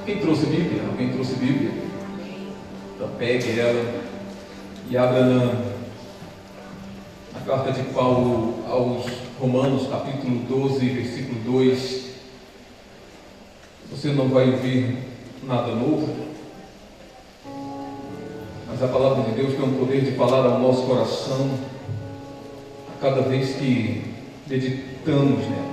Quem trouxe Bíblia? Alguém trouxe Bíblia? Então pegue ela e abra na carta de Paulo aos Romanos, capítulo 12, versículo 2. Você não vai ouvir nada novo, mas a palavra de Deus tem o poder de falar ao nosso coração a cada vez que meditamos nela.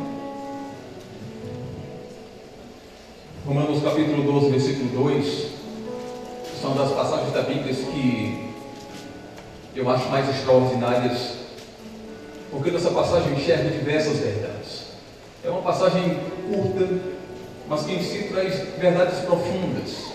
Romanos capítulo 12, versículo 2, são das passagens da Bíblia que eu acho mais extraordinárias, porque nessa passagem eu enxergo diversas verdades. É uma passagem curta, mas que em si traz verdades profundas.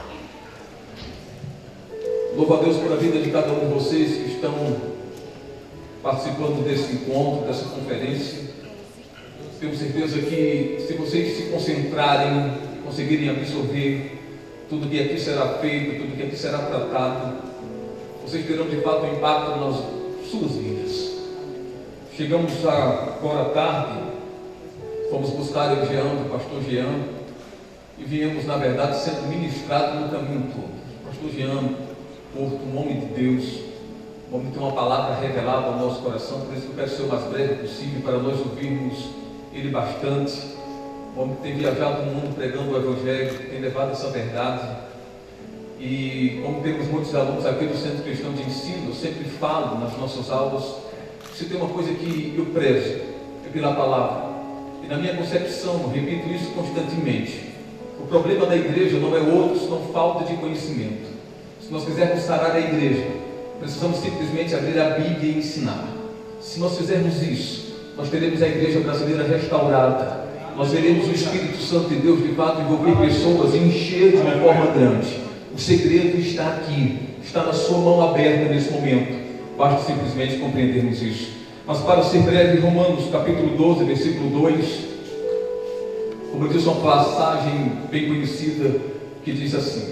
Louvo a Deus por a vida de cada um de vocês que estão participando desse encontro, dessa conferência. Tenho certeza que se vocês se concentrarem, conseguirem absorver tudo que aqui será feito, tudo que aqui será tratado, vocês terão de fato um impacto nas suas vidas. Chegamos agora à tarde, fomos buscar o Jean, o pastor Jean, e viemos, na verdade, sendo ministrados no caminho todo. O pastor Jean Porto, um homem de Deus, um homem que tem uma palavra revelada ao nosso coração, por isso eu quero ser o mais breve possível para nós ouvirmos ele bastante. Um homem que tem viajado no mundo pregando o Evangelho, tem levado essa verdade. E como temos muitos alunos aqui do Centro Cristão de Ensino, eu sempre falo nas nossas aulas, se tem uma coisa que eu prezo, é pela palavra. E na minha concepção, eu repito isso constantemente, o problema da igreja não é outro, senão falta de conhecimento. Se nós quisermos sarar a igreja, precisamos simplesmente abrir a Bíblia e ensinar. Se nós fizermos isso, nós teremos a igreja brasileira restaurada. Nós veremos o Espírito Santo de Deus de fato envolver pessoas e encher de uma forma grande. O segredo está aqui, está na sua mão aberta nesse momento. Basta simplesmente compreendermos isso. Mas para ser breve, Romanos capítulo 12, versículo 2, como eu disse, uma passagem bem conhecida que diz assim: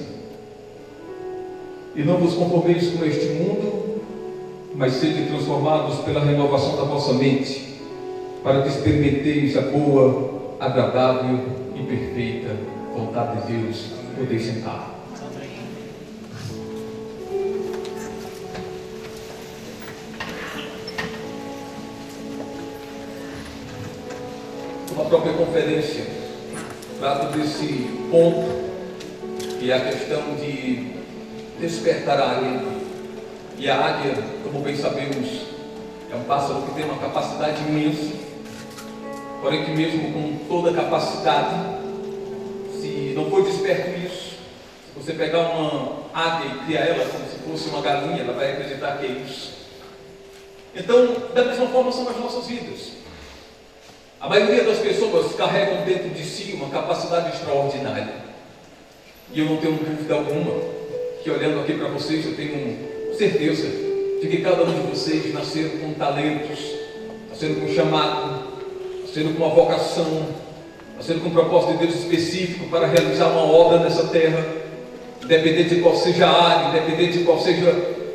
e não vos conformeis com este mundo, mas sede transformados pela renovação da vossa mente, para que experimenteis a boa, agradável e perfeita vontade de Deus. Podeis sentar. Uma própria conferência trata desse ponto, que é a questão de despertar a águia. E a águia, como bem sabemos, é um pássaro que tem uma capacidade imensa, porém que mesmo com toda a capacidade, se não for desperto isso, se você pegar uma águia e criar ela como se fosse uma galinha, ela vai acreditar que é isso. Então, da mesma forma são as nossas vidas. A maioria das pessoas carregam dentro de si uma capacidade extraordinária, e eu não tenho dúvida alguma que, olhando aqui para vocês, eu tenho certeza de que cada um de vocês nasceram com talentos, nasceram com um chamado, nasceram com uma vocação, nasceram com um propósito de Deus específico para realizar uma obra nessa terra, independente de qual seja a área, independente de qual seja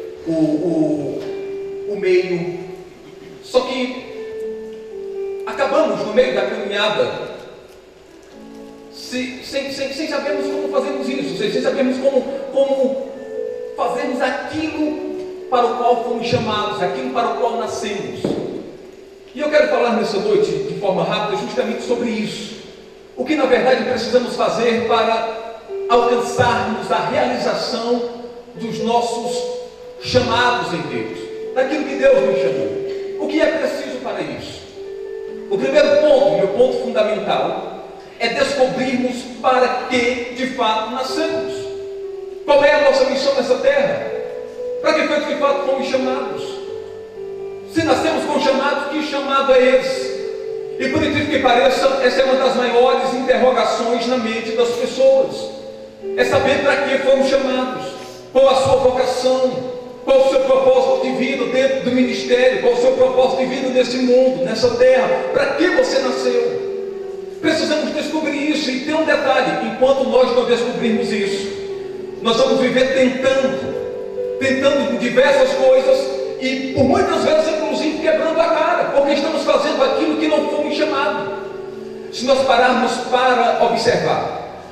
o meio. Só que acabamos no meio da caminhada sem sabermos como fazemos isso, sem sabermos como fazemos aquilo para o qual fomos chamados, aquilo para o qual nascemos. E eu quero falar nessa noite, de forma rápida, justamente sobre isso. O que na verdade precisamos fazer para alcançarmos a realização dos nossos chamados em Deus, daquilo que Deus nos chamou. O que é preciso para isso? O primeiro ponto, e o ponto fundamental, é descobrirmos para que de fato nascemos. Qual é a nossa missão nessa terra? Para que foi que de fato fomos chamados? Se nascemos com chamados, que chamado é esse? E por incrível que pareça, essa é uma das maiores interrogações na mente das pessoas. É saber para que fomos chamados, qual a sua vocação, qual o seu propósito de vida dentro do ministério, qual o seu propósito de vida nesse mundo, nessa terra, para que você nasceu. Precisamos descobrir isso. E tem um detalhe: enquanto nós não descobrirmos isso, nós vamos viver tentando diversas coisas, e por muitas vezes inclusive quebrando a cara, porque estamos fazendo aquilo que não fomos chamados. Se nós pararmos para observar,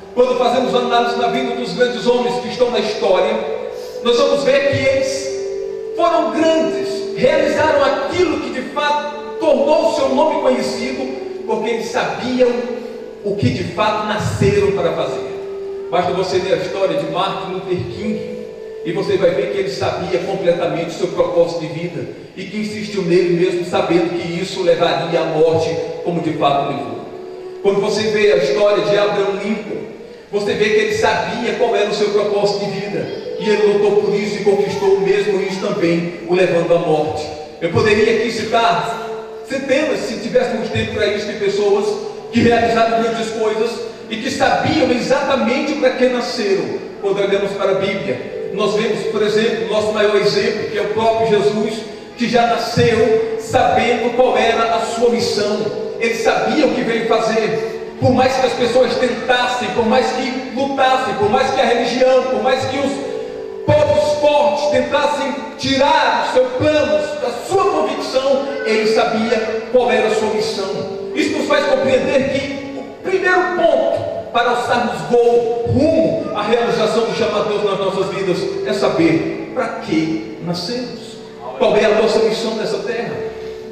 quando fazemos análise na vida dos grandes homens que estão na história, nós vamos ver que eles foram grandes, realizaram aquilo que de fato tornou o seu nome conhecido, porque eles sabiam o que de fato nasceram para fazer. Basta você ler a história de Martin Luther King e você vai ver que ele sabia completamente o seu propósito de vida e que insistiu nele mesmo sabendo que isso levaria à morte, como de fato levou. Quando você vê a história de Abraham Lincoln, você vê que ele sabia qual era o seu propósito de vida e ele lutou por isso e conquistou mesmo isso também, o levando à morte. Eu poderia aqui citar centenas, se tivéssemos tempo para isso, de pessoas que realizaram grandes coisas e que sabiam exatamente para que nasceram. Quando olhamos para a Bíblia, nós vemos, por exemplo, o nosso maior exemplo, que é o próprio Jesus, que já nasceu sabendo qual era a sua missão. Ele sabia o que veio fazer. Por mais que as pessoas tentassem, por mais que lutassem, por mais que a religião, por mais que os povos fortes tentassem tirar os seus planos, a sua convicção, ele sabia qual era a sua missão. Isso nos faz compreender que o primeiro ponto para alçarmos voo rumo à realização do chamado de Deus nas nossas vidas é saber para que nascemos, qual é a nossa missão nessa terra.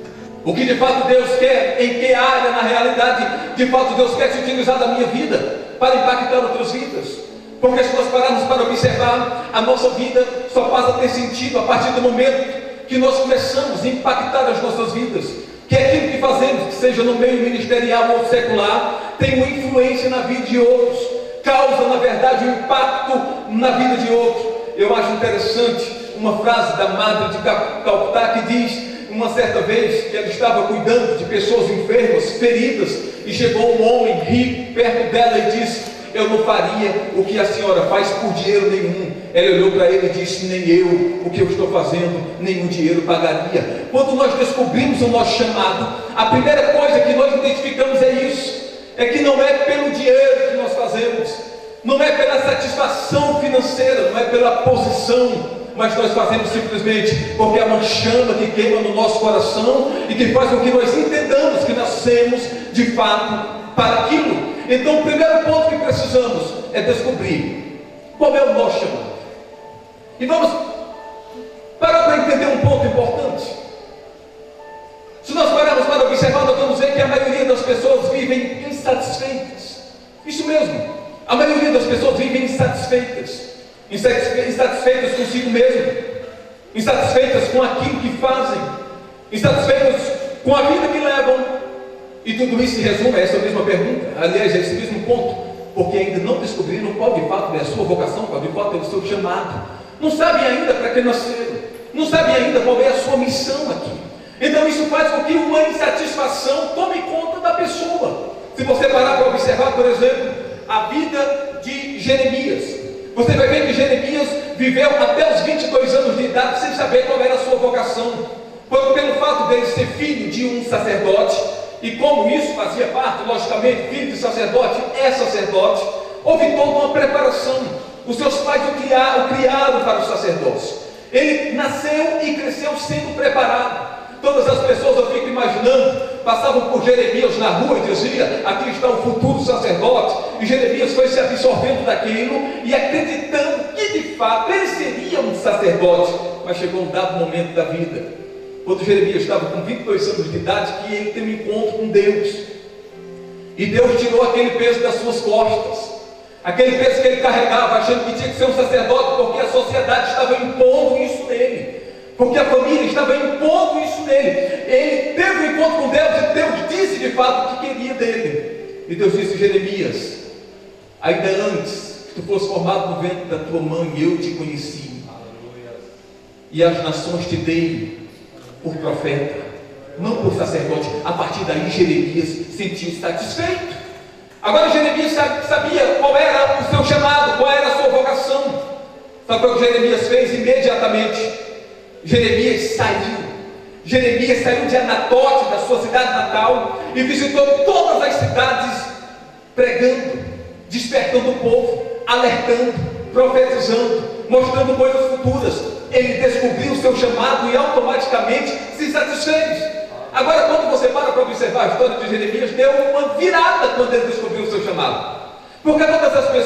O que de fato Deus quer, em que área na realidade de fato Deus quer se utilizar da minha vida para impactar outras vidas. Porque se nós pararmos para observar, a nossa vida só passa a ter sentido a partir do momento que nós começamos a impactar as nossas vidas, que aquilo que fazemos, que seja no meio ministerial ou secular, tem uma influência na vida de outros, causa na verdade um impacto na vida de outros. Eu acho interessante uma frase da Madre de Calcutá que diz: uma certa vez que ela estava cuidando de pessoas enfermas, feridas, e chegou um homem rico perto dela e disse: eu não faria o que a senhora faz por dinheiro nenhum. Ela olhou para ele e disse: nem eu, o que eu estou fazendo, nenhum dinheiro pagaria. Quando nós descobrimos o nosso chamado, a primeira coisa que nós identificamos é isso, é que não é pelo dinheiro que nós fazemos, não é pela satisfação financeira, não é pela posição, mas nós fazemos simplesmente porque há uma chama que queima no nosso coração e que faz com que nós entendamos que nascemos de fato para aquilo. Então o primeiro ponto que precisamos é descobrir qual é o nosso chamado. E vamos parar para entender um ponto importante. Se nós pararmos para observar, nós vamos ver que a maioria das pessoas vivem insatisfeitas. Isso mesmo, a maioria das pessoas vivem insatisfeitas. Insatisfeitas consigo mesmo, insatisfeitas com aquilo que fazem, insatisfeitas com a vida que levam. E tudo isso se resume a essa mesma pergunta, aliás, a esse mesmo ponto, porque ainda não descobriram qual de fato é a sua vocação, qual de fato é o seu chamado, não sabem ainda para que nasceram, não sabem ainda qual é a sua missão aqui. Então isso faz com que uma insatisfação tome conta da pessoa. Se você parar para observar, por exemplo, a vida de Jeremias, você vai ver que Jeremias viveu até os 22 anos de idade sem saber qual era a sua vocação, pelo fato dele ser filho de um sacerdote, e como isso fazia parte, logicamente, filho de sacerdote é sacerdote, houve toda uma preparação. Os seus pais o criaram para o sacerdócio. Ele nasceu e cresceu sendo preparado. Todas as pessoas, eu fico imaginando, passavam por Jeremias na rua e diziam: aqui está o futuro sacerdote. E Jeremias foi se absorvendo daquilo e acreditando que de fato ele seria um sacerdote. Mas chegou um dado momento da vida, quando Jeremias estava com 22 anos de idade, que ele teve um encontro com Deus. E Deus tirou aquele peso das suas costas, aquele peso que ele carregava, achando que tinha que ser um sacerdote, porque a sociedade estava impondo isso nele, porque a família estava impondo isso nele. Ele teve um encontro com Deus e Deus disse de fato o que queria dele. E Deus disse: Jeremias, ainda antes que tu fosse formado no ventre da tua mãe, eu te conheci, e as nações te dei por profeta, não por sacerdote. A partir daí Jeremias sentiu satisfeito. Agora Jeremias sabia qual era o seu chamado, qual era a sua vocação. Sabe o que Jeremias fez? Imediatamente Jeremias saiu de Anatote, da sua cidade natal, e visitou todas as cidades, pregando, despertando o povo, alertando, profetizando, mostrando coisas futuras. Ele descobriu o seu chamado e automaticamente se satisfez. Agora, quando você para observar a história de Jeremias, deu uma virada quando ele descobriu o seu chamado. Porque todas as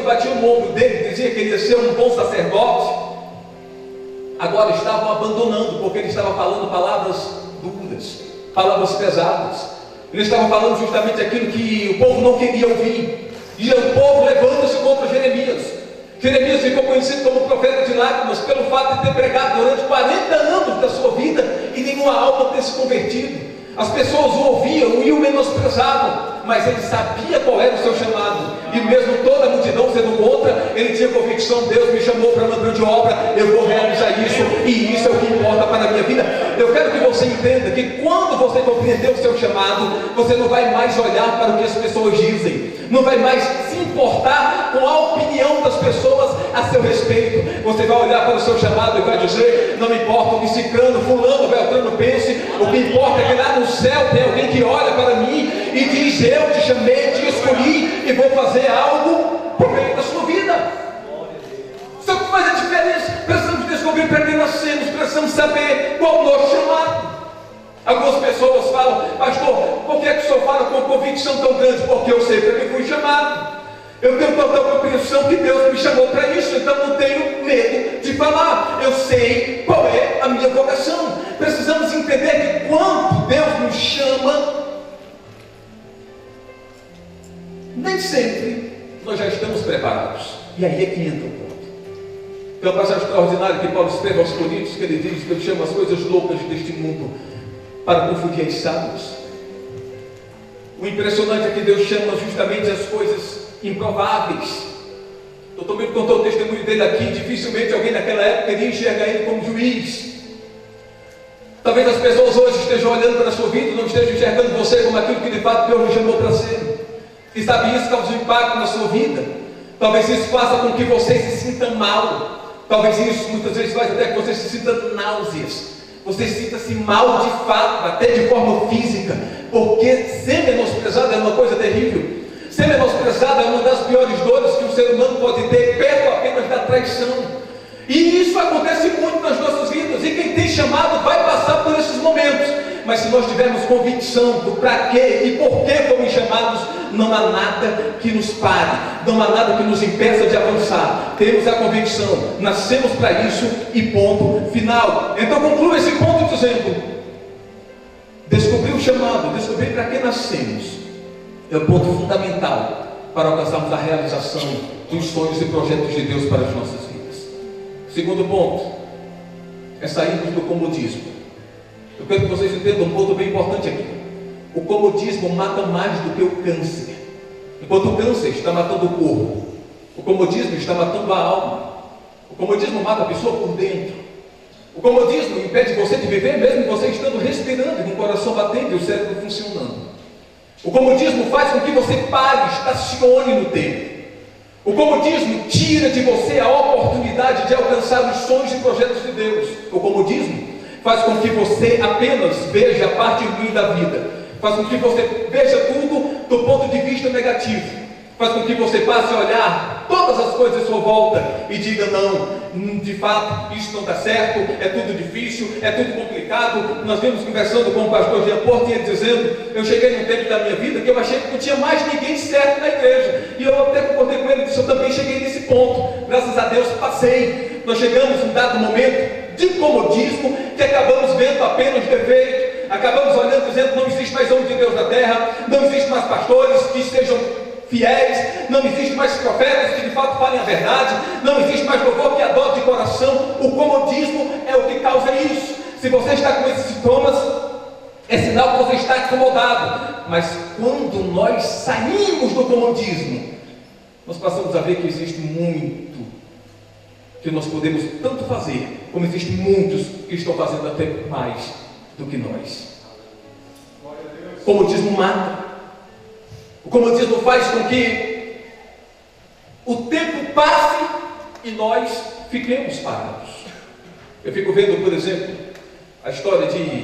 batiam no ombro dele, diziam que ele ia ser um bom sacerdote, agora estavam abandonando, porque ele estava falando palavras duras, palavras pesadas. Ele estava falando justamente aquilo que o povo não queria ouvir. E o povo levanta-se contra Jeremias. Jeremias ficou conhecido como profeta de lágrimas pelo fato de ter pregado durante 40 anos da sua vida e nenhuma alma ter se convertido. As pessoas o ouviam e o menosprezavam, mas ele sabia qual era o seu chamado, e mesmo toda a multidão sendo contra, ele tinha convicção: Deus me chamou para uma grande obra, eu vou realizar isso, e isso é o que importa para a minha vida. Eu quero que você entenda que quando você compreender o seu chamado, você não vai mais olhar para o que as pessoas dizem, não vai mais se importar com a opinião das pessoas a seu respeito. Você vai olhar para o seu chamado e vai dizer: não me importa o que ciclano, fulano, beltrano pense, o que importa é que lá no céu tem alguém que olha para mim e diz: eu te chamei, te escolhi e vou fazer algo por meio da sua vida. Isso é o que faz a diferença. Precisamos descobrir para quem nascemos, precisamos saber qual o nosso chamado. Algumas pessoas falam: pastor, por que é que o senhor fala com uma convicção tão grande? Porque eu sei para que fui chamado. Eu tenho total compreensão que Deus me chamou para isso, então não tenho medo de falar. Eu sei qual é a minha vocação. Precisamos entender que quando Deus nos chama, nem sempre nós já estamos preparados. E aí é que entra o ponto. Tem uma passagem extraordinária que Paulo escreve aos Coríntios, que ele diz que eu chamo as coisas loucas deste mundo para confundir as sábias. O impressionante é que Deus chama justamente as coisas improváveis. O Dr. Milton contou o testemunho dele aqui. Dificilmente alguém naquela época iria enxergar ele como juiz. Talvez as pessoas hoje estejam olhando para a sua vida e não estejam enxergando você como aquilo que de fato Deus lhe chamou para ser. E sabe, isso causa um impacto na sua vida. Talvez isso faça com que você se sinta mal. Talvez isso muitas vezes faz até que você se sinta náuseas. Você sinta-se mal de fato, até de forma física, porque ser menosprezado é uma coisa terrível. Ser menosprezado é uma das piores dores que um ser humano pode ter, perto apenas da traição. E isso acontece muito nas nossas vidas, e quem tem chamado vai passar por esses momentos. Mas se nós tivermos convicção do para quê e por que fomos chamados, não há nada que nos pare, não há nada que nos impeça de avançar. Temos a convicção, nascemos para isso e ponto final. Então concluo esse ponto dizendo: descobrir o chamado, descobrir para que nascemos, é o ponto fundamental para alcançarmos a realização dos sonhos e projetos de Deus para as nossas vidas. Segundo ponto é sairmos do comodismo. Eu quero que vocês entendam um ponto bem importante aqui. O comodismo mata mais do que o câncer. Enquanto o câncer está matando o corpo, o comodismo está matando a alma. O comodismo mata a pessoa por dentro. O comodismo impede você de viver mesmo você estando respirando, com o coração batendo e o cérebro funcionando. O comodismo faz com que você pare, estacione no tempo. O comodismo tira de você a oportunidade de alcançar os sonhos e projetos de Deus. O comodismo faz com que você apenas veja a parte ruim da vida, faz com que você veja tudo do ponto de vista negativo, faz com que você passe a olhar todas as coisas à sua volta e diga: não, de fato isso não está certo, é tudo difícil, é tudo complicado. Nós vimos conversando com o pastor Jean Porto e ele dizendo: eu cheguei num tempo da minha vida que eu achei que não tinha mais ninguém certo na igreja, e eu até concordei com ele, disse: eu também cheguei nesse ponto, graças a Deus passei. Nós chegamos num dado momento de comodismo que acabamos vendo apenas defeitos, acabamos olhando dizendo: não existe mais homem de Deus na terra, não existe mais pastores que estejam fiéis, não existe mais profetas que de fato falem a verdade, não existe mais louvor que adore de coração. O comodismo é o que causa isso. Se você está com esses sintomas, é sinal que você está acomodado. Mas quando nós saímos do comodismo, nós passamos a ver que existe muito que nós podemos tanto fazer, como existem muitos que estão fazendo até mais do que nós. O comodismo mata. O comodismo faz com que o tempo passe e nós fiquemos parados. Eu fico vendo, por exemplo, a história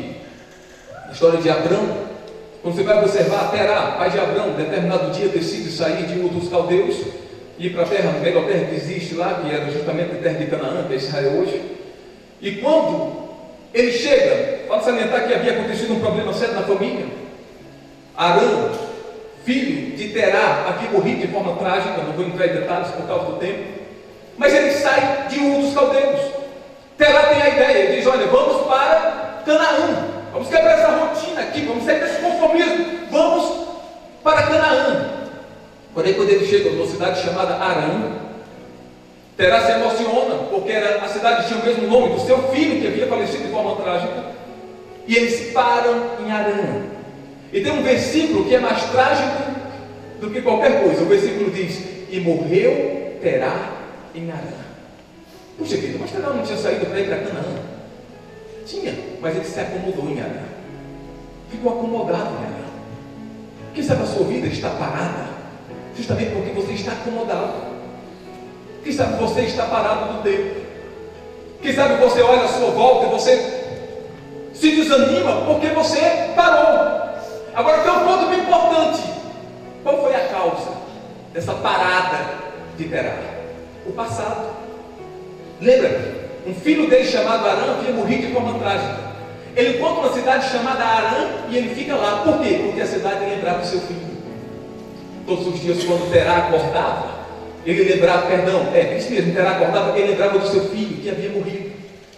de Abrão. Quando você vai observar, Terá, pai de Abrão, determinado dia decide sair de Ur dos Caldeus e ir para a terra, a melhor terra que existe lá, que era justamente a terra de Canaã, que é Israel hoje. E quando ele chega, pode salientar que havia acontecido um problema sério na família. Arão filho de Terá, havia morrido de forma trágica, não vou entrar em detalhes por causa do tempo, mas ele sai de Ur dos Caldeus. Terá tem a ideia, ele diz: olha, vamos para Canaã, vamos quebrar essa rotina aqui, vamos sair desse conformismo, vamos para Canaã. Porém, quando ele chega numa cidade chamada Arã, Terá se emociona, porque a cidade tinha o mesmo nome do seu filho, que havia falecido de forma trágica, e eles param em Arã. E tem um versículo que é mais trágico do que qualquer coisa. O versículo diz: e morreu Terá em Arã. Puxa vida, mas Terá não tinha saído para ir para Canaã? Tinha, mas ele se acomodou em Arã. Ficou acomodado em Arã. Quem sabe a sua vida está parada justamente porque você está acomodado. Quem sabe você está parado no tempo. Quem sabe você olha à sua volta e você se desanima porque você parou. Agora tem um ponto bem importante. Qual foi a causa dessa parada de Terá? O passado. Lembra? Um filho dele chamado Arã havia morrido de forma trágica. Ele encontra uma cidade chamada Arã e ele fica lá. Por quê? Porque a cidade lembrava o seu filho. Todos os dias, quando Terá acordava, ele lembrava, isso mesmo, Terá acordava, ele lembrava do seu filho que havia morrido.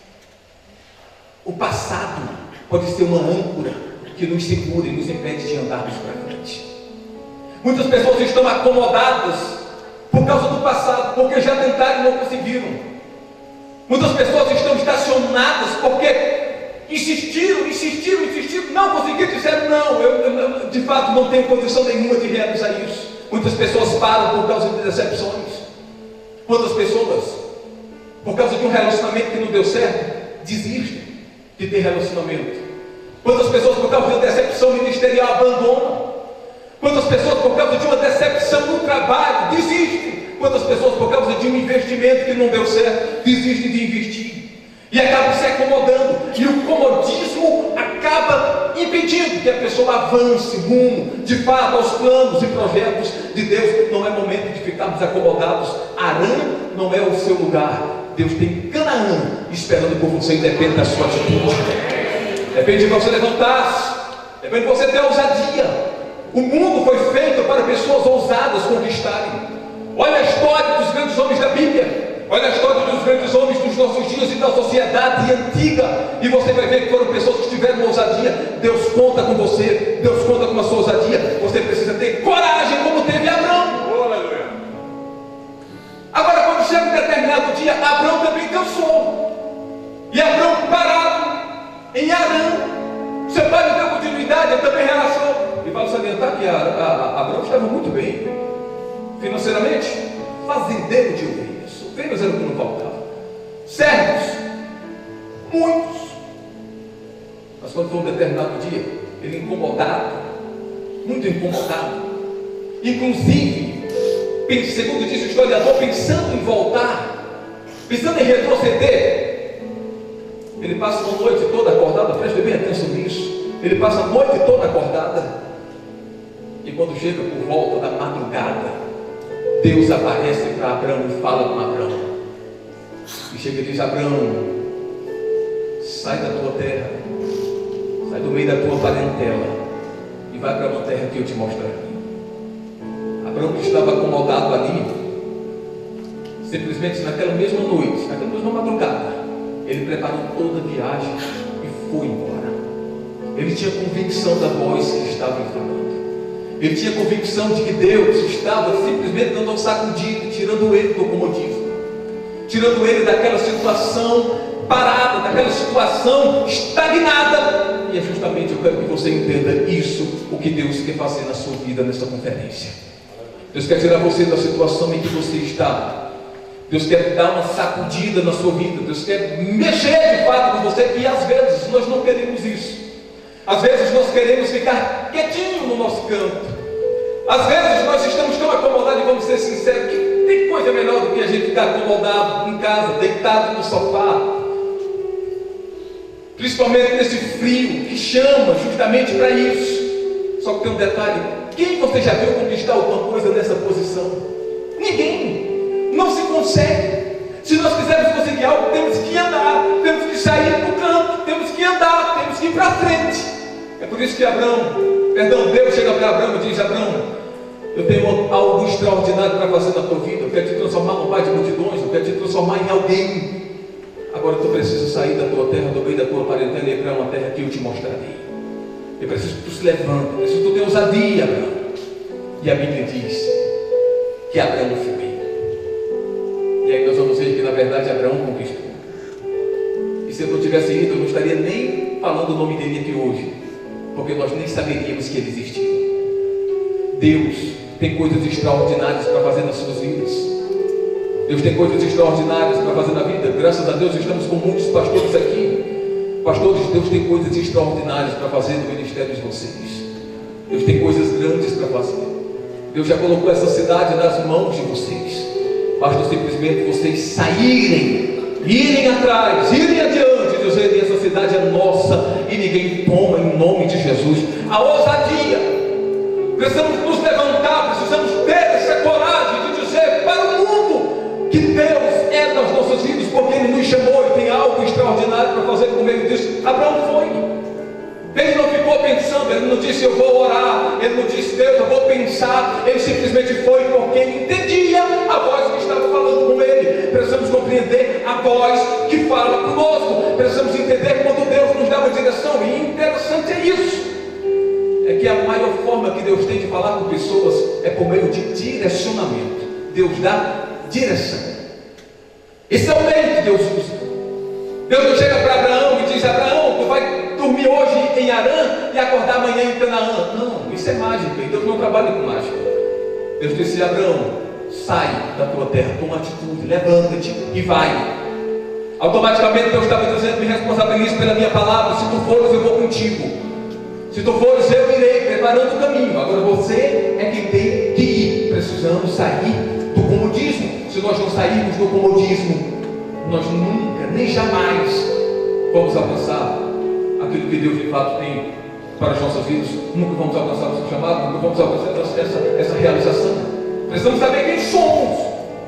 O passado pode ser uma âncora que nos segura e nos impede de andarmos para frente. Muitas pessoas estão acomodadas por causa do passado, porque já tentaram e não conseguiram. Muitas pessoas estão estacionadas porque insistiram, não conseguiram, disseram: não, eu de fato não tenho condição nenhuma de realizar isso. Muitas pessoas param por causa de decepções. Quantas pessoas, por causa de um relacionamento que não deu certo, desistem de ter relacionamento? Quantas pessoas, por causa de uma decepção ministerial, abandonam? Quantas pessoas, por causa de uma decepção no trabalho, desistem? Quantas pessoas, por causa de um investimento que não deu certo, desistem de investir? E acabam se acomodando, e o comodismo acaba impedindo que a pessoa avance rumo, de fato, aos planos e projetos de Deus. Não é momento de ficarmos acomodados. Arã não é o seu lugar. Deus tem Canaã esperando por você, e depende da sua atitude. Depende de você levantar-se, depende de você ter ousadia. O mundo foi feito para pessoas ousadas conquistarem. Olha a história dos grandes homens da Bíblia. Olha a história dos grandes homens dos nossos dias e da sociedade antiga, e você vai ver que foram pessoas que tiveram ousadia. Deus conta com você, Deus conta com a sua ousadia. Você precisa ter coragem, como teve Abraão. Agora, quando chega um determinado dia, Abraão também cansou, e Abraão parado em Arã. Seu pai não deu continuidade, ele também relaxou. E vale salientar que Abraão estava muito bem financeiramente, fazendeiro de ovelhas. Ovelhas era o que não faltava, servos, muitos. Mas quando foi um determinado dia, ele incomodado, muito incomodado, inclusive, segundo diz o historiador, pensando em voltar, pensando em retroceder, ele passa uma noite toda acordada. Preste bem atenção nisso. Ele passa a noite toda acordada, e quando chega por volta da madrugada, Deus aparece para Abraão e fala com Abraão, e chega e diz: Abraão, sai da tua terra, sai do meio da tua parentela, e vai para uma terra que eu te mostrarei. Abraão, que estava acomodado ali, simplesmente naquela mesma noite, naquela mesma madrugada, ele preparou toda a viagem e foi embora. Ele tinha convicção da voz que estava lhe falando. Ele tinha convicção de que Deus estava simplesmente dando um sacudido, tirando ele do comodismo, tirando ele daquela situação parada, daquela situação estagnada. E é justamente, eu quero que você entenda isso, o que Deus quer fazer na sua vida nessa conferência. Deus quer tirar você da situação em que você está. Deus quer dar uma sacudida na sua vida. Deus quer mexer de fato com você. E às vezes nós não queremos isso. Às vezes nós queremos ficar quietinho no nosso canto. Às vezes nós estamos tão acomodados, e vamos ser sinceros, que tem coisa melhor do que a gente ficar acomodado em casa, deitado no sofá, principalmente nesse frio que chama justamente para isso. Só que tem um detalhe: quem você já viu conquistar alguma coisa nessa posição? Ninguém. Não se consegue. Se nós quisermos conseguir algo, temos que andar, temos que sair do canto, temos que andar, temos que ir para frente. É por isso que Abraão Perdão, Deus chega para Abraão e diz: Abraão, eu tenho algo extraordinário para fazer na tua vida. Eu quero te transformar num pai de multidões. Eu quero te transformar em alguém. Agora tu precisas sair da tua terra, do meio da tua parentela, e ir para uma terra que eu te mostrarei. Eu preciso que tu se levante, eu preciso que tu tenha ousadia, Abraão. E a Bíblia diz que Abraão foi. E aí nós vamos ver que na verdade Abraão conquistou. E se eu não tivesse ido, eu não estaria nem falando o nome dele aqui hoje, porque nós nem saberíamos que ele existia. Deus tem coisas extraordinárias para fazer nas suas vidas. Deus tem coisas extraordinárias para fazer na vida. Graças a Deus estamos com muitos pastores aqui. Pastores, Deus tem coisas extraordinárias para fazer no ministério de vocês. Deus tem coisas grandes para fazer. Deus já colocou essa cidade nas mãos de vocês. Basta simplesmente vocês saírem, irem atrás, irem adiante e dizerem: essa cidade é nossa e ninguém toma, em nome de Jesus. A ousadia. Precisamos nos levantar, precisamos ter essa coragem de dizer para o mundo que Deus é das nossas vidas, porque Ele nos chamou e tem algo extraordinário para fazer por meio disso. Abraão foi. Ele não ficou pensando, ele não disse: eu vou orar, ele não disse: Deus, eu vou pensar. Ele simplesmente foi porque ele entendia a voz que estava falando com ele. Precisamos compreender a voz que fala conosco. Precisamos entender quando Deus nos dá uma direção. E interessante é isso, é que a maior forma que Deus tem de falar com pessoas é por meio de direcionamento. Deus dá direção. Esse é o meio que Deus usa. Deus não chega para Abraão e diz: Abraão, tu vai dormir hoje em Harã e acordar amanhã em Canaã. Não, isso é mágica, e Deus não trabalha com mágica. Deus disse: Abraão, sai da tua terra, toma atitude, levanta-te e vai. Automaticamente Deus estava dizendo: me responsabilize pela minha palavra. Se tu fores, eu vou contigo. Se tu fores, eu irei preparando o caminho. Agora você é quem tem que ir. Precisamos sair do comodismo. Se nós não sairmos do comodismo, nós nunca, nem jamais vamos alcançar aquilo que Deus de fato tem para as nossas vidas. Nunca vamos alcançar o seu chamado, nunca vamos alcançar essa realização. Precisamos saber quem somos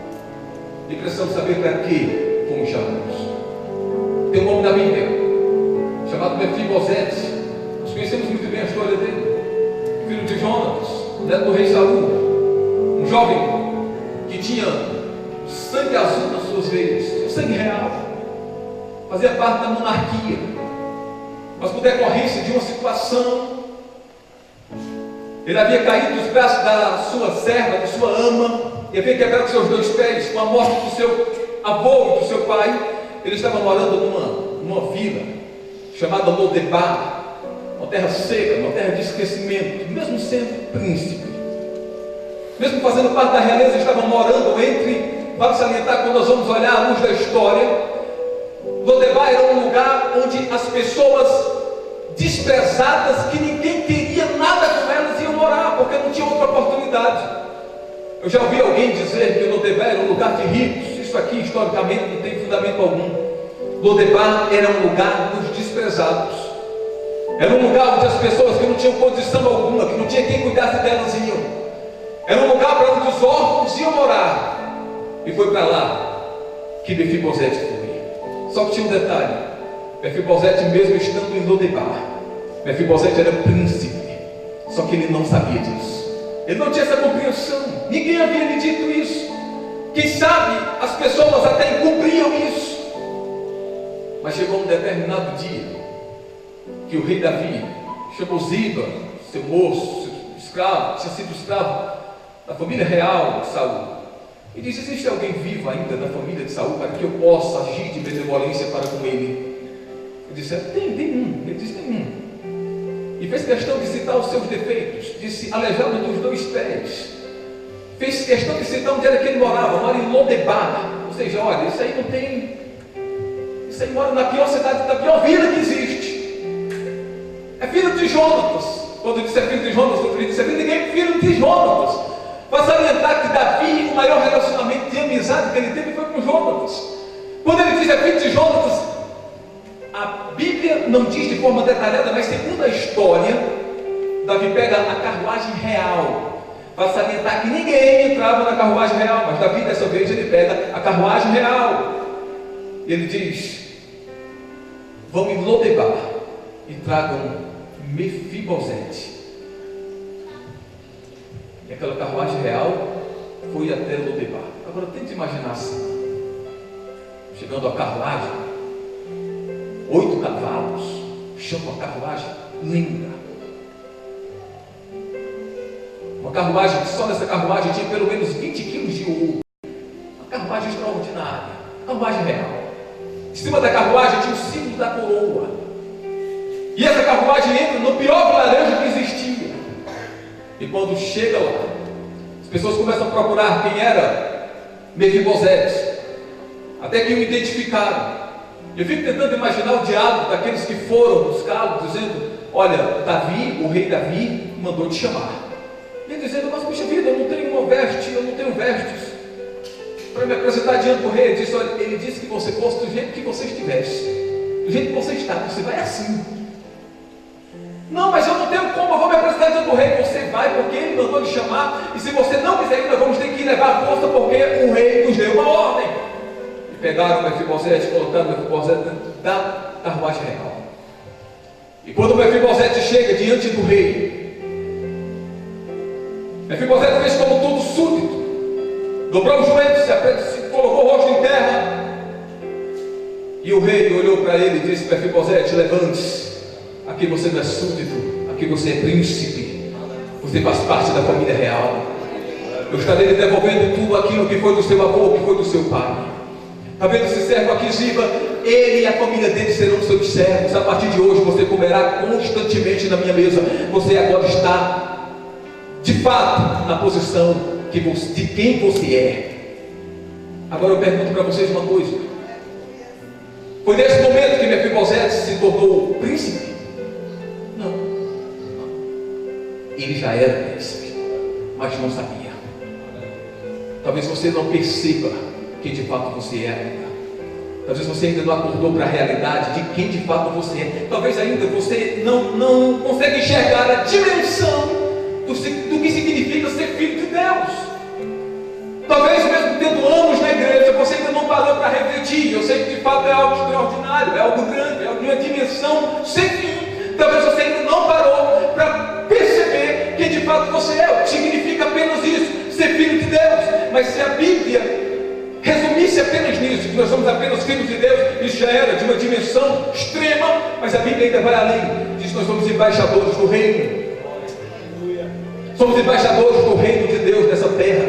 e precisamos saber para que fomos chamados. Tem um homem da Bíblia chamado Mefibosete. Nós conhecemos muito bem a história dele. Filho de Jonas, neto do rei Saul, um jovem que tinha sangue azul nas suas veias, sangue real, fazia parte da monarquia, mas por decorrência de uma situação, ele havia caído dos braços da sua serva, da sua ama, e havia quebrado seus dois pés com a morte do seu avô e do seu pai. Ele estava morando numa vila chamada Lodebar, uma terra seca, uma terra de esquecimento, mesmo sendo príncipe, mesmo fazendo parte da realeza, estava morando entre, para salientar, quando nós vamos olhar à luz da história, Lodebar era um lugar onde as pessoas desprezadas, que ninguém queria nada com elas, iam morar, porque não tinha outra oportunidade. Eu já ouvi alguém dizer que Lodebar era um lugar de ricos. Isso aqui historicamente não tem fundamento algum. Lodebar era um lugar dos desprezados. Era um lugar onde as pessoas que não tinham condição alguma, que não tinha quem cuidasse delas, iam. Era um lugar para onde os órfãos iam morar. E foi para lá que Mefibosete foi. Só que tinha um detalhe: Mefibosete, mesmo estando em Lodebar, Mefibosete era príncipe, só que ele não sabia disso. Ele não tinha essa compreensão. Ninguém havia lhe dito isso. Quem sabe as pessoas até encobriam isso. Mas chegou um determinado dia que o rei Davi chamou Ziba, seu moço, seu escravo, tinha sido escravo da família real de Saul, e disse: existe alguém vivo ainda da família de Saul para que eu possa agir de benevolência para com ele? Ele disse: tem um. Ele disse: tem um. E fez questão de citar os seus defeitos. Disse: aleijado dos dois pés. Fez questão de citar onde era que ele morava. Mora em Lodebar. Ou seja, olha, isso aí não tem. Isso aí mora na pior cidade, na pior vila que existe. É filho de Jonatas. Quando disse é filho de Jonatas, quando disse é filho de Jonatas. Para salientar que Davi, o maior relacionamento de amizade que ele teve foi com Jonatas. Quando ele diz é filho de Jonatas, a Bíblia não diz de forma detalhada, mas segundo a história, Davi pega a carruagem real, para salientar que ninguém entrava na carruagem real, mas Davi dessa vez ele pega a carruagem real. Ele diz: vão em Lodebar e tragam Mefibosete. E aquela carruagem real foi até Lodebar. Agora tente imaginar assim, chegando a carruagem, 8 cavalos, chama a carruagem linda. Uma carruagem que só nessa carruagem tinha pelo menos 20 quilos de ouro. Uma carruagem extraordinária, carruagem real. Em cima da carruagem tinha o símbolo da coroa. E essa carruagem entra no pior vilarejo que existia. E quando chega lá, as pessoas começam a procurar quem era Mefibosete, até que o identificaram. Eu fico tentando imaginar o diálogo daqueles que foram buscá-lo, dizendo: olha, Davi, o rei Davi, mandou te chamar. E ele dizendo: mas puxa vida, eu não tenho uma veste, eu não tenho vestes para me apresentar diante do rei. Ele disse: olha, ele disse que você fosse do jeito que você estivesse, do jeito que você está, você vai assim. Não, mas eu não tenho como, eu vou me apresentar diante do rei. Você vai porque ele mandou lhe chamar, e se você não quiser ir, nós vamos ter que levar a força, porque o rei nos deu uma ordem. E pegaram o Mefibosete, colocaram o Mefibosete dentro da carruagem real. E quando o Mefibosete chega diante do rei, Mefibosete fez como todo súdito, dobrou os joelhos, se colocou o rosto em terra, e o rei olhou para ele e disse: Mefibosete, levante-se. Aqui você não é súdito, aqui você é príncipe, você faz parte da família real. Eu estarei lhe devolvendo tudo aquilo que foi do seu avô, que foi do seu pai. Está vendo esse servo aqui, Ziba? Ele e a família dele serão seus servos. A partir de hoje você comerá constantemente na minha mesa. Você agora está, de fato, na posição de quem você é. Agora eu pergunto para vocês uma coisa: foi nesse momento que Mefibosete se tornou príncipe? Não. Ele já era príncipe, mas não sabia. Talvez você não perceba quem de fato você é ainda. Talvez você ainda não acordou para a realidade de quem de fato você é. Talvez ainda você não consegue enxergar a dimensão do que significa ser filho de Deus. Talvez mesmo tendo anos na igreja, você ainda não parou para refletir. Eu sei que de fato é algo extraordinário, é algo grande, é uma dimensão sem fim. Talvez você ainda não parou para perceber quem de fato você é. O que significa apenas isso, ser filho de Deus. Mas se a Bíblia resumisse apenas nisso, que nós somos apenas filhos de Deus, isso já era de uma dimensão extrema. Mas a Bíblia ainda vai além, diz que nós somos embaixadores do reino. Somos embaixadores do reino de Deus nessa terra.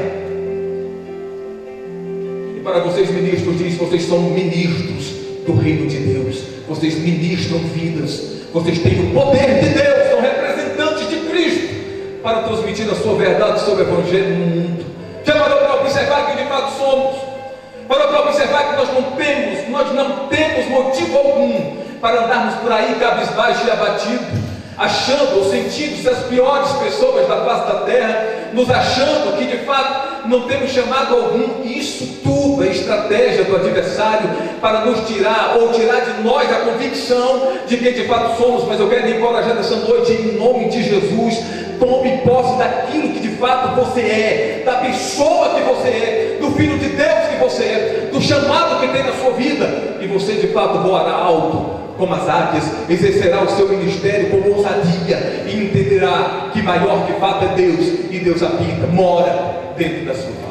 E para vocês ministros, diz: vocês são ministros do reino de Deus. Vocês ministram vidas. Vocês têm o poder de Deus, são representantes de Cristo para transmitir a sua verdade sobre o Evangelho no mundo. Já parou para observar que de fato somos? Parou para observar que nós não temos motivo algum para andarmos por aí cabisbaixo e abatido, achando ou sentindo-se as piores pessoas da face da terra, nos achando que de fato não temos chamado algum. Isso tudo é estratégia do adversário para nos tirar ou tirar de nós a convicção de quem de fato somos. Mas eu quero lhe encorajar nessa noite, em nome de Jesus: tome posse daquilo que de fato você é, da pessoa que você é, do filho de Deus que você é, do chamado que tem na sua vida, e você de fato voará alto como as águias, exercerá o seu ministério com ousadia e entenderá que maior que fato é Deus, e Deus habita, mora dentro da sua vida.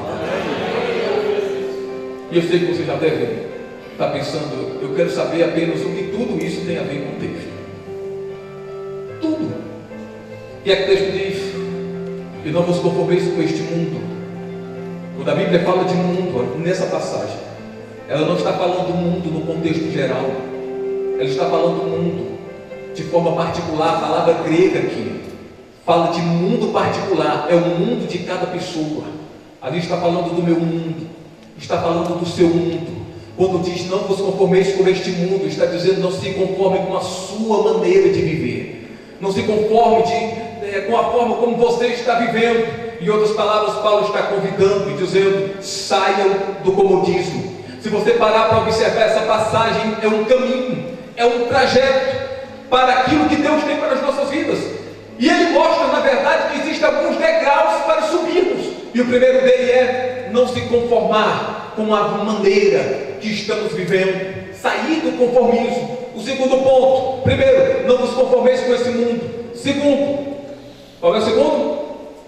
E eu sei que você já deve estar pensando: eu quero saber apenas o que tudo isso tem a ver com o texto. Tudo. E é que o texto diz: e não vos conformeis com este mundo. Quando a Bíblia fala de mundo nessa passagem, ela não está falando do mundo no contexto geral. Ela está falando do mundo de forma particular. A palavra grega aqui fala de mundo particular, é o mundo de cada pessoa. Ali está falando do meu mundo, está falando do seu mundo. Quando diz: não vos conformeis com este mundo, está dizendo: não se conforme com a sua maneira de viver, não se conforme com a forma como você está vivendo. Em outras palavras, Paulo está convidando e dizendo: saiam do comodismo. Se você parar para observar essa passagem, é um caminho, é um trajeto para aquilo que Deus tem para as nossas vidas. E ele mostra, na verdade, que existem alguns degraus para subirmos. E o primeiro dele é não se conformar com a maneira que estamos vivendo, sair do conformismo. O segundo ponto: primeiro, não vos conformeis com esse mundo. Segundo, qual é o segundo?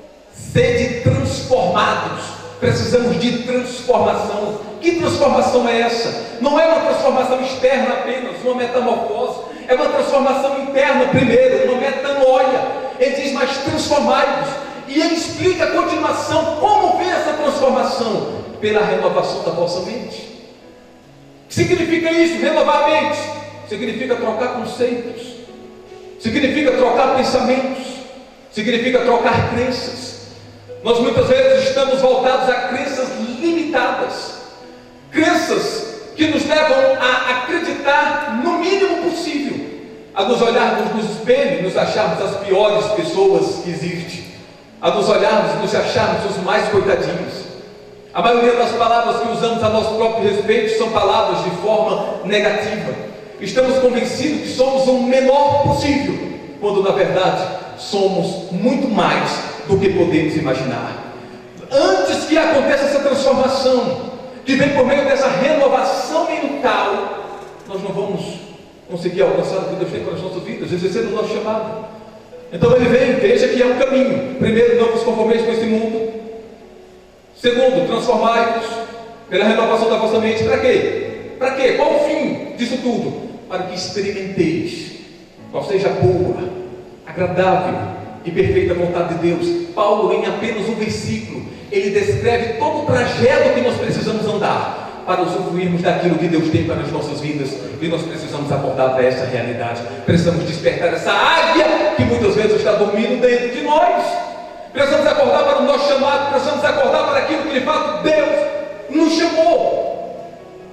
sede transformados. Precisamos de transformação. Que transformação é essa? Não é uma transformação externa apenas, uma metamorfose. É uma transformação interna primeiro, uma metanoia. Ele diz, mas transformai-vos. E ele explica a continuação, como vem essa transformação? Pela renovação da vossa mente. O que significa isso? Renovar a mente. Significa trocar conceitos. Significa trocar pensamentos. Significa trocar crenças. Nós muitas vezes estamos voltados a crenças limitadas. Crenças que nos levam a acreditar no mínimo possível. A nos olharmos no espelho e nos acharmos as piores pessoas que existem. A nos olharmos e nos acharmos os mais coitadinhos. A maioria das palavras que usamos a nosso próprio respeito são palavras de forma negativa. Estamos convencidos que somos o menor possível, quando na verdade somos muito mais do que podemos imaginar. Antes que aconteça essa transformação, que vem por meio dessa renovação mental, nós não vamos conseguir alcançar o que Deus tem para as nossas vidas, exercer o nosso chamado. Então ele vem, veja que é um caminho. Primeiro, não vos conformeis com esse mundo. Segundo, transformai-vos pela renovação da vossa mente. Para quê? Para quê? Qual o fim disso tudo? Para que experimenteis qual seja a boa, agradável e perfeita vontade de Deus. Paulo, em apenas um versículo, ele descreve todo o trajeto que nós precisamos andar para usufruirmos daquilo que Deus tem para as nossas vidas. E nós precisamos acordar para essa realidade. Precisamos despertar essa águia que muitas vezes está dormindo dentro de nós. Precisamos acordar para o nosso chamado. Precisamos acordar para aquilo que de fato Deus nos chamou.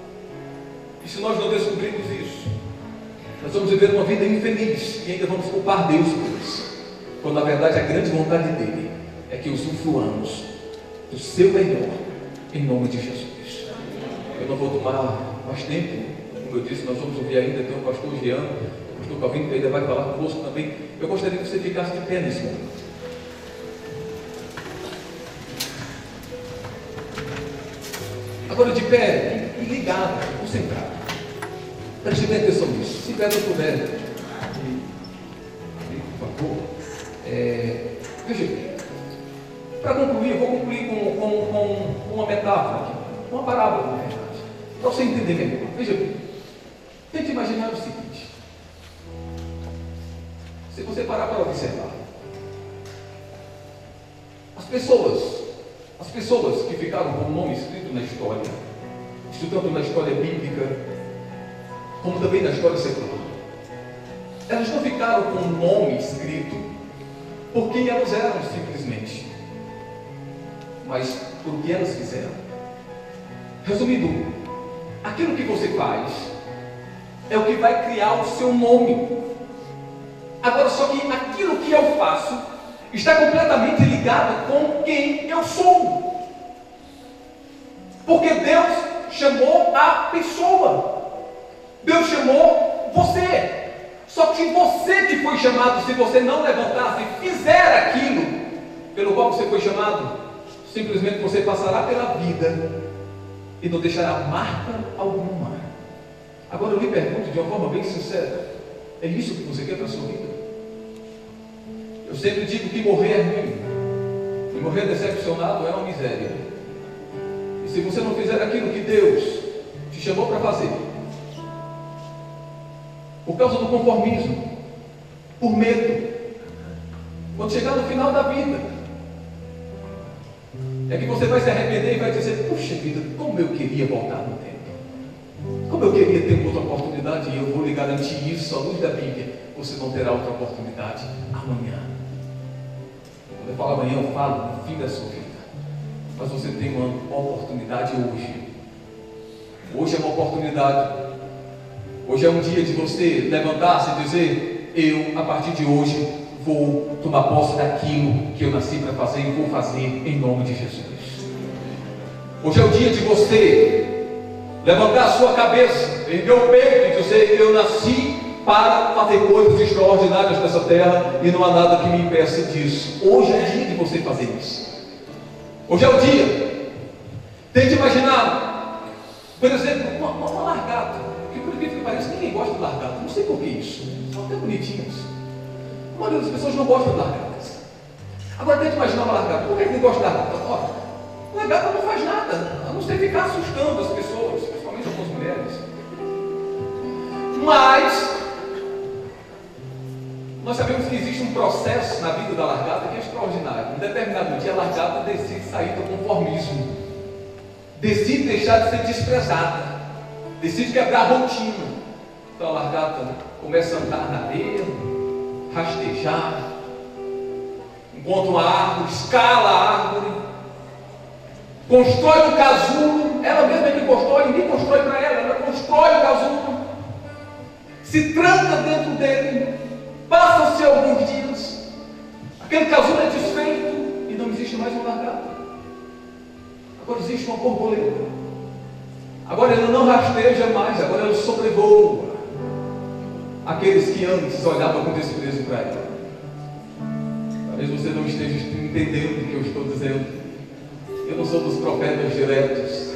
E se nós não descobrirmos isso, nós vamos viver uma vida infeliz e ainda vamos culpar Deus por isso, quando na verdade a grande vontade dele é que usufruamos do seu melhor, em nome de Jesus. Eu não vou tomar mais tempo, como eu disse, nós vamos ouvir ainda, tem o pastor Jean, o pastor Calvino, que ainda vai falar conosco também. Eu gostaria que você ficasse de pé nesse momento. Agora de pé, e ligado, concentrado. Preste bem atenção nisso. Se Pedro puder, por favor, veja bem. Para concluir, eu vou concluir com uma metáfora aqui, uma parábola, na verdade, para você entender melhor. Veja bem, tente imaginar o seguinte: se você parar para observar, as pessoas que ficaram com o nome escrito na história, estudando na história bíblica, como também na história secular, elas não ficaram com o nome escrito por quem elas eram simplesmente, mas por que elas fizeram. Resumindo, aquilo que você faz é o que vai criar o seu nome. Agora, só que aquilo que eu faço está completamente ligado com quem eu sou, porque Deus chamou a pessoa, Deus chamou você. Só que você que foi chamado, se você não levantar, se fizer aquilo pelo qual você foi chamado, simplesmente você passará pela vida e não deixará marca alguma. Agora eu lhe pergunto de uma forma bem sincera: é isso que você quer para a sua vida? Eu sempre digo que morrer é ruim, e morrer decepcionado é uma miséria. E se você não fizer aquilo que Deus te chamou para fazer, por causa do conformismo, por medo, quando chegar no final da vida, é que você vai se arrepender e vai dizer: puxa vida, como eu queria voltar no tempo, como eu queria ter outra oportunidade. E eu vou lhe garantir isso à luz da Bíblia: você não terá outra oportunidade amanhã. Quando eu falo amanhã, eu falo no fim da sua vida, mas você tem uma oportunidade hoje. Hoje é uma oportunidade. Hoje é um dia de você levantar-se e dizer: eu, a partir de hoje, vou tomar posse daquilo que eu nasci para fazer e vou fazer em nome de Jesus. Hoje é o dia de você levantar a sua cabeça, erguer o peito e dizer: eu nasci para fazer coisas extraordinárias nessa terra e não há nada que me impeça disso. Hoje é o dia de você fazer isso. Hoje é o dia. Tente imaginar, por exemplo, uma largata, que por incrível que pareça, ninguém gosta de largata. Não sei por que isso, são até bonitinhas. A maioria das pessoas não gosta de largatas. Agora tenta imaginar uma lagarta. Por que ele gosta da lagarta? Ó, a lagarta não faz nada, a não ser ficar assustando as pessoas, principalmente algumas mulheres. Mas nós sabemos que existe um processo na vida da lagarta que é extraordinário. Em determinado dia a lagarta decide sair do conformismo, decide deixar de ser desprezada, decide quebrar a rotina. Então a lagarta começa a andar na areia, rastejar, encontra uma árvore, escala a árvore, constrói um casulo. Ela mesma é que constrói, ninguém constrói para ela, ela constrói o casulo, se tranca dentro dele. Passam-se alguns dias, aquele casulo é desfeito e não existe mais uma lagarta. Agora existe uma borboleta. Agora ela não rasteja mais, agora ela sobrevoa aqueles que antes olhavam com desprezo para ela. Talvez você não esteja entendendo o que eu estou dizendo. Eu não sou dos profetas diretos.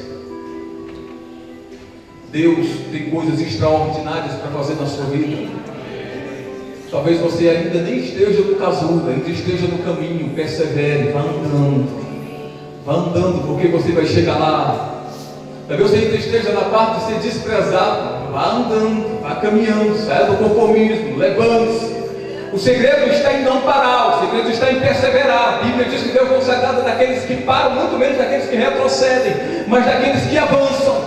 Deus tem coisas extraordinárias para fazer na sua vida. Talvez você ainda nem esteja no casulo, ainda esteja no caminho. Persevere, vá andando, porque você vai chegar lá. Talvez você ainda esteja na parte de ser desprezado. Vá andando, vá caminhando, saia do conformismo, levante-se. O segredo está em não parar, o segredo está em perseverar. A Bíblia diz que Deus não se agrada daqueles que param, muito menos daqueles que retrocedem, mas daqueles que avançam.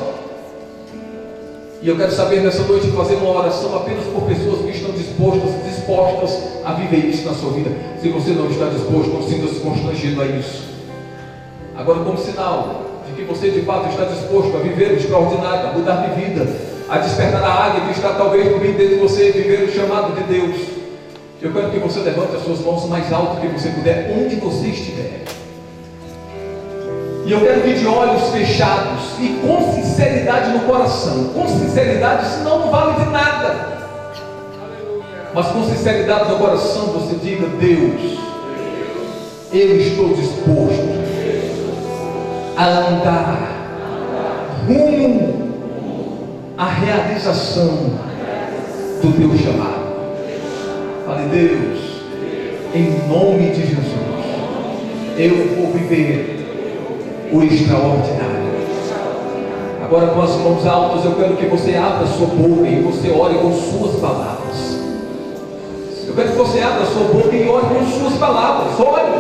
E eu quero saber nessa noite fazer uma oração apenas por pessoas que estão dispostas a viver isso na sua vida. Se você não está disposto, não sinta-se constrangido a isso. Agora, como sinal de que você de fato está disposto a viver o extraordinário, a mudar de vida, a despertar a águia que está talvez por dentro de você, viver o chamado de Deus, eu quero que você levante as suas mãos mais alto que você puder, onde você estiver. E eu quero que de olhos fechados e com sinceridade no coração, com sinceridade, senão não vale de nada, mas com sinceridade no coração você diga: Deus, eu estou disposto a andar rumo à realização do teu chamado. Fale: Deus, em nome de Jesus, eu vou viver o extraordinário. Agora, com as mãos altas, eu quero que você abra sua boca e você ore com suas palavras. Eu quero que você abra sua boca e ore com suas palavras.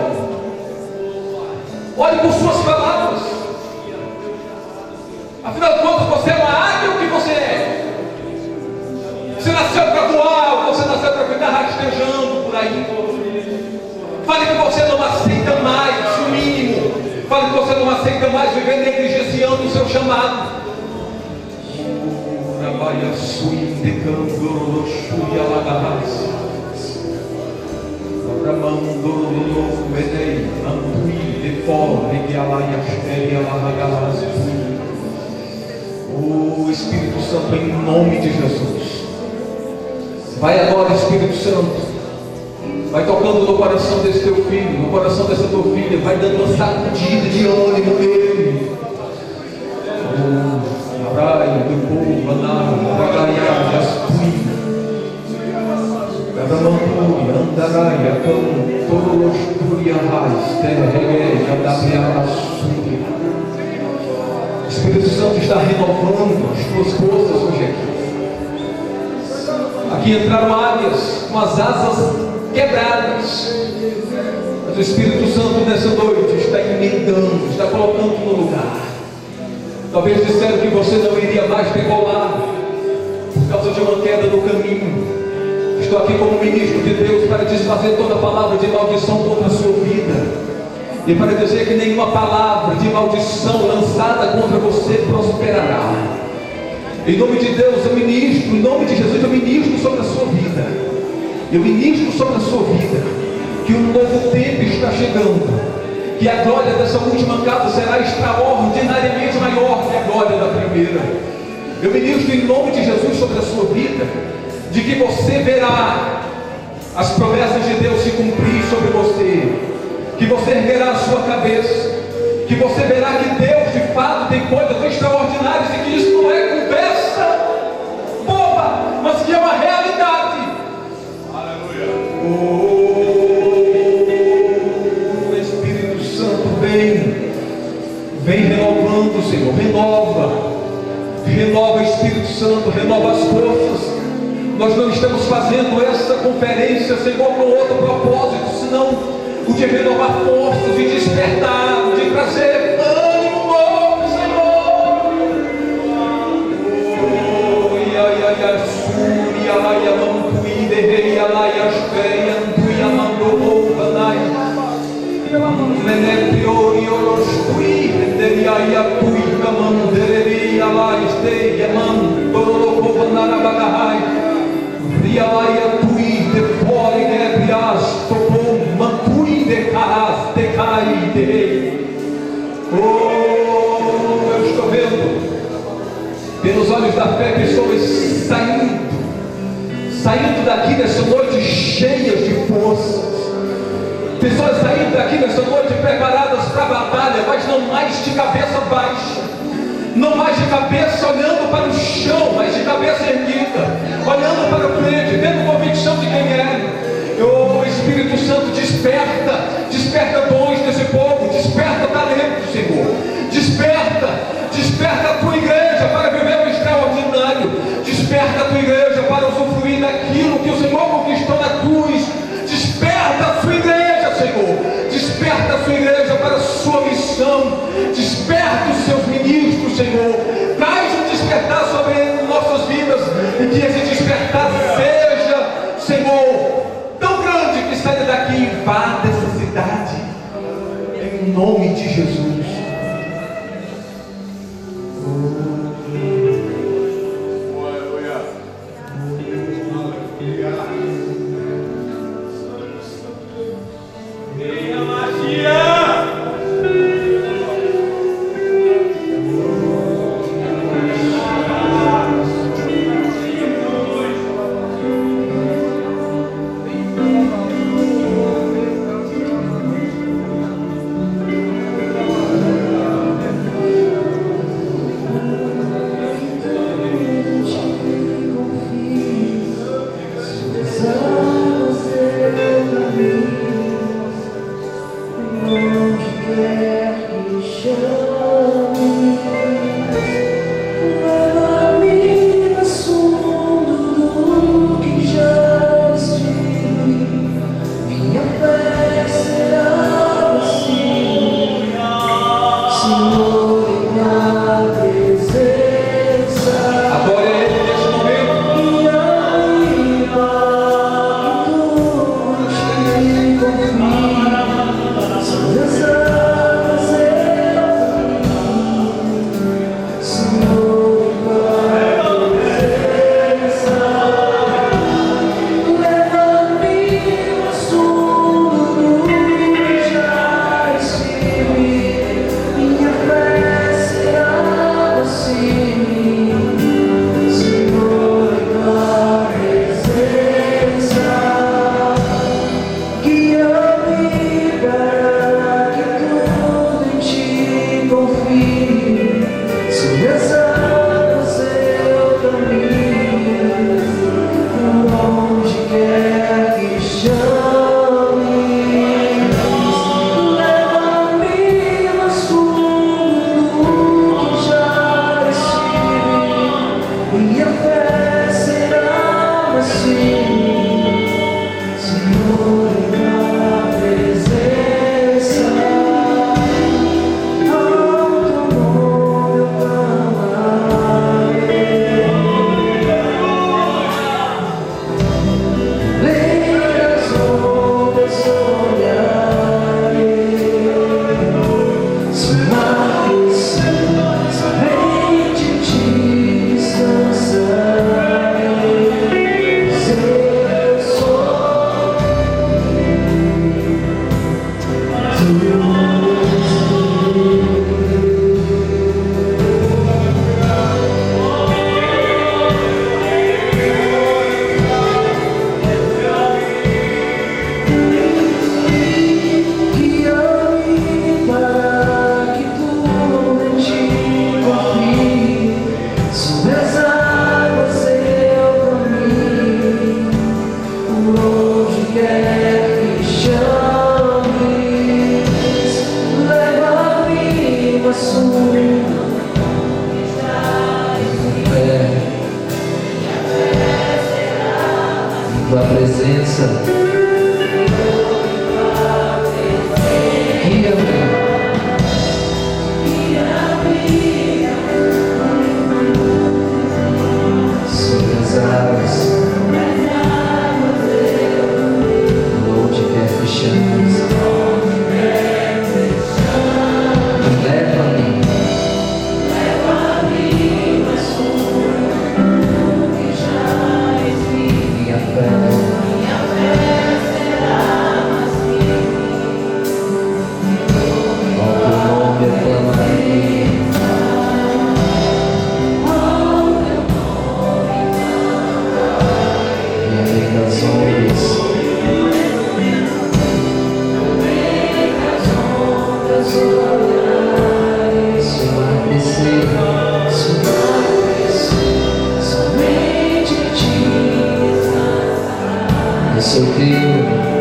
Ore com suas palavras. Afinal de contas, você é uma águia, o que você é? Você nasceu para voar, ou você nasceu para ficar rastejando por aí? Fale que você não aceita mais o mínimo. Fale que você não aceita mais viver negligenciando o seu chamado. Oh Espírito Santo, em nome de Jesus, vai agora, Espírito Santo. Vai tocando no coração desse teu filho, no coração dessa tua filha, vai dando uma sacudida de ânimo nele. Oh, praia do povo, Anaraia, Jaspui, Gadamanui, Andaraia, Cão, Torostúria, Raiz, Terregué, Jadabriaçúria. O Espírito Santo está renovando as tuas forças hoje aqui. Aqui entraram águias com as asas quebradas, mas o Espírito Santo nessa noite está emendando, está colocando no lugar. Talvez disseram que você não iria mais decolar por causa de uma queda no caminho. Estou aqui como ministro de Deus para desfazer toda palavra de maldição contra a sua vida e para dizer que nenhuma palavra de maldição lançada contra você prosperará. Em nome de Deus eu ministro, em nome de Jesus eu ministro sobre a sua vida. Eu ministro sobre a sua vida que um novo tempo está chegando, que a glória dessa última casa será extraordinariamente maior que a glória da primeira. Eu ministro em nome de Jesus sobre a sua vida, de que você verá as promessas de Deus se cumprir sobre você, que você erguerá a sua cabeça, que você verá que Deus de fato tem coisas extraordinárias e que isso não é conversa boba, mas que é uma realidade. renova Espírito Santo, renova as forças. Nós não estamos fazendo essa conferência, Senhor, com outro propósito, senão o de renovar forças, de despertar, de trazer ânimo novo, Senhor. Eu estou vendo pelos olhos da fé pessoas saindo daqui nessa noite cheias de forças, pessoas saindo daqui nessa noite preparadas para a batalha, mas não mais de cabeça baixa, não mais de cabeça olhando para o chão, mas de cabeça erguida, olhando para o frente, tendo convicção de quem é. Espírito Santo, desperta dons desse povo, desperta talento, Senhor, desperta a tua igreja para viver o extraordinário, desperta a tua igreja para usufruir daquilo que o Senhor conquistou na cruz, desperta a sua igreja, Senhor, desperta a sua igreja para a sua missão, desperta os seus ministros, Senhor, traz um despertar sobre nossas vidas, e que esse despertar seja, Senhor, tão grande que saia daqui e invada essa cidade, em nome de Jesus. presença. Sobre as águas, onde quer que chames, leva-me, minha fé será mais ao teu nome aclamarei. Das ondas, olhares, o mar descer, somente ti, eu sou teu.